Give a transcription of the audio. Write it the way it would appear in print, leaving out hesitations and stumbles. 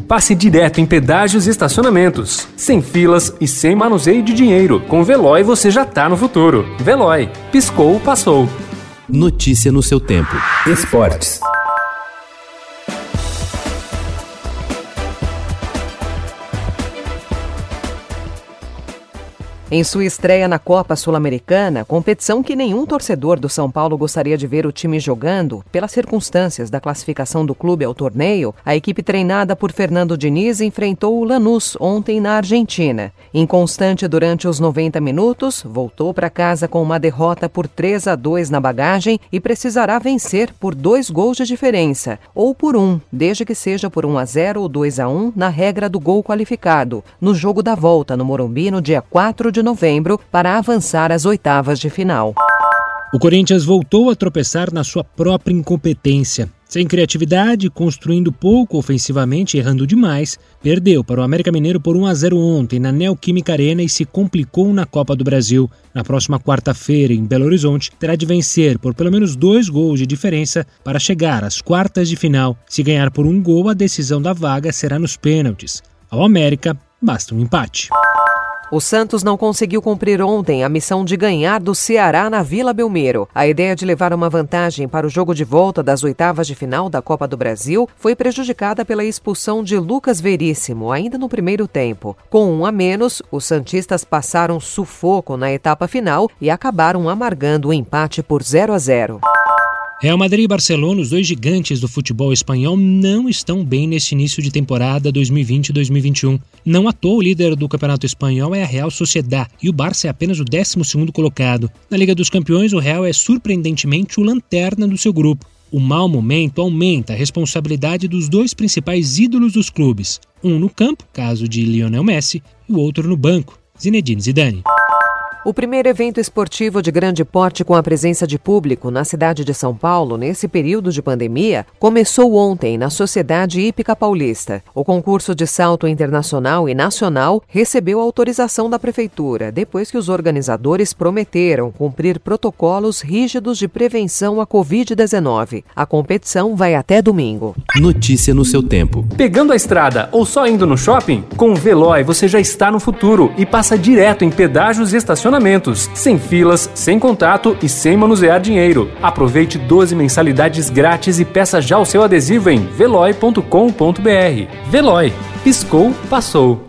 Passe direto em pedágios e estacionamentos, sem filas e sem manuseio de dinheiro. Com Veloy você já tá no futuro. Veloy. Piscou, passou. Notícia no seu tempo. Esportes. Em sua estreia na Copa Sul-Americana, competição que nenhum torcedor do São Paulo gostaria de ver o time jogando, pelas circunstâncias da classificação do clube ao torneio, a equipe treinada por Fernando Diniz enfrentou o Lanús ontem na Argentina. Inconstante durante os 90 minutos, voltou para casa com uma derrota por 3-2 na bagagem e precisará vencer por 2 gols de diferença, ou por 1, desde que seja por 1-0 ou 2-1 na regra do gol qualificado, no jogo da volta no Morumbi no dia 4 de novembro para avançar às oitavas de final. O Corinthians voltou a tropeçar na sua própria incompetência. Sem criatividade, construindo pouco ofensivamente e errando demais, perdeu para o América Mineiro por 1-0 ontem na Neoquímica Arena e se complicou na Copa do Brasil. Na próxima quarta-feira, em Belo Horizonte, terá de vencer por pelo menos 2 gols de diferença para chegar às quartas de final. Se ganhar por 1 gol, a decisão da vaga será nos pênaltis. Ao América, basta um empate. O Santos não conseguiu cumprir ontem a missão de ganhar do Ceará na Vila Belmiro. A ideia de levar uma vantagem para o jogo de volta das oitavas de final da Copa do Brasil foi prejudicada pela expulsão de Lucas Veríssimo, ainda no primeiro tempo. Com 1 a menos, os santistas passaram sufoco na etapa final e acabaram amargando o empate por 0-0. Real Madrid e Barcelona, os 2 gigantes do futebol espanhol, não estão bem neste início de temporada 2020-2021. Não à toa, o líder do campeonato espanhol é a Real Sociedad e o Barça é apenas o 12º colocado. Na Liga dos Campeões, o Real é surpreendentemente o lanterna do seu grupo. O mau momento aumenta a responsabilidade dos 2 principais ídolos dos clubes. Um no campo, caso de Lionel Messi, e o outro no banco, Zinedine Zidane. O primeiro evento esportivo de grande porte com a presença de público na cidade de São Paulo, nesse período de pandemia, começou ontem na Sociedade Hípica Paulista. O concurso de salto internacional e nacional recebeu autorização da Prefeitura, depois que os organizadores prometeram cumprir protocolos rígidos de prevenção à Covid-19. A competição vai até domingo. Notícia no seu tempo. Pegando a estrada ou só indo no shopping? Com o Veloy você já está no futuro e passa direto em pedágios e estacionamentos, sem filas, sem contato e sem manusear dinheiro. Aproveite 12 mensalidades grátis e peça já o seu adesivo em veloy.com.br. Veloy. Piscou, passou.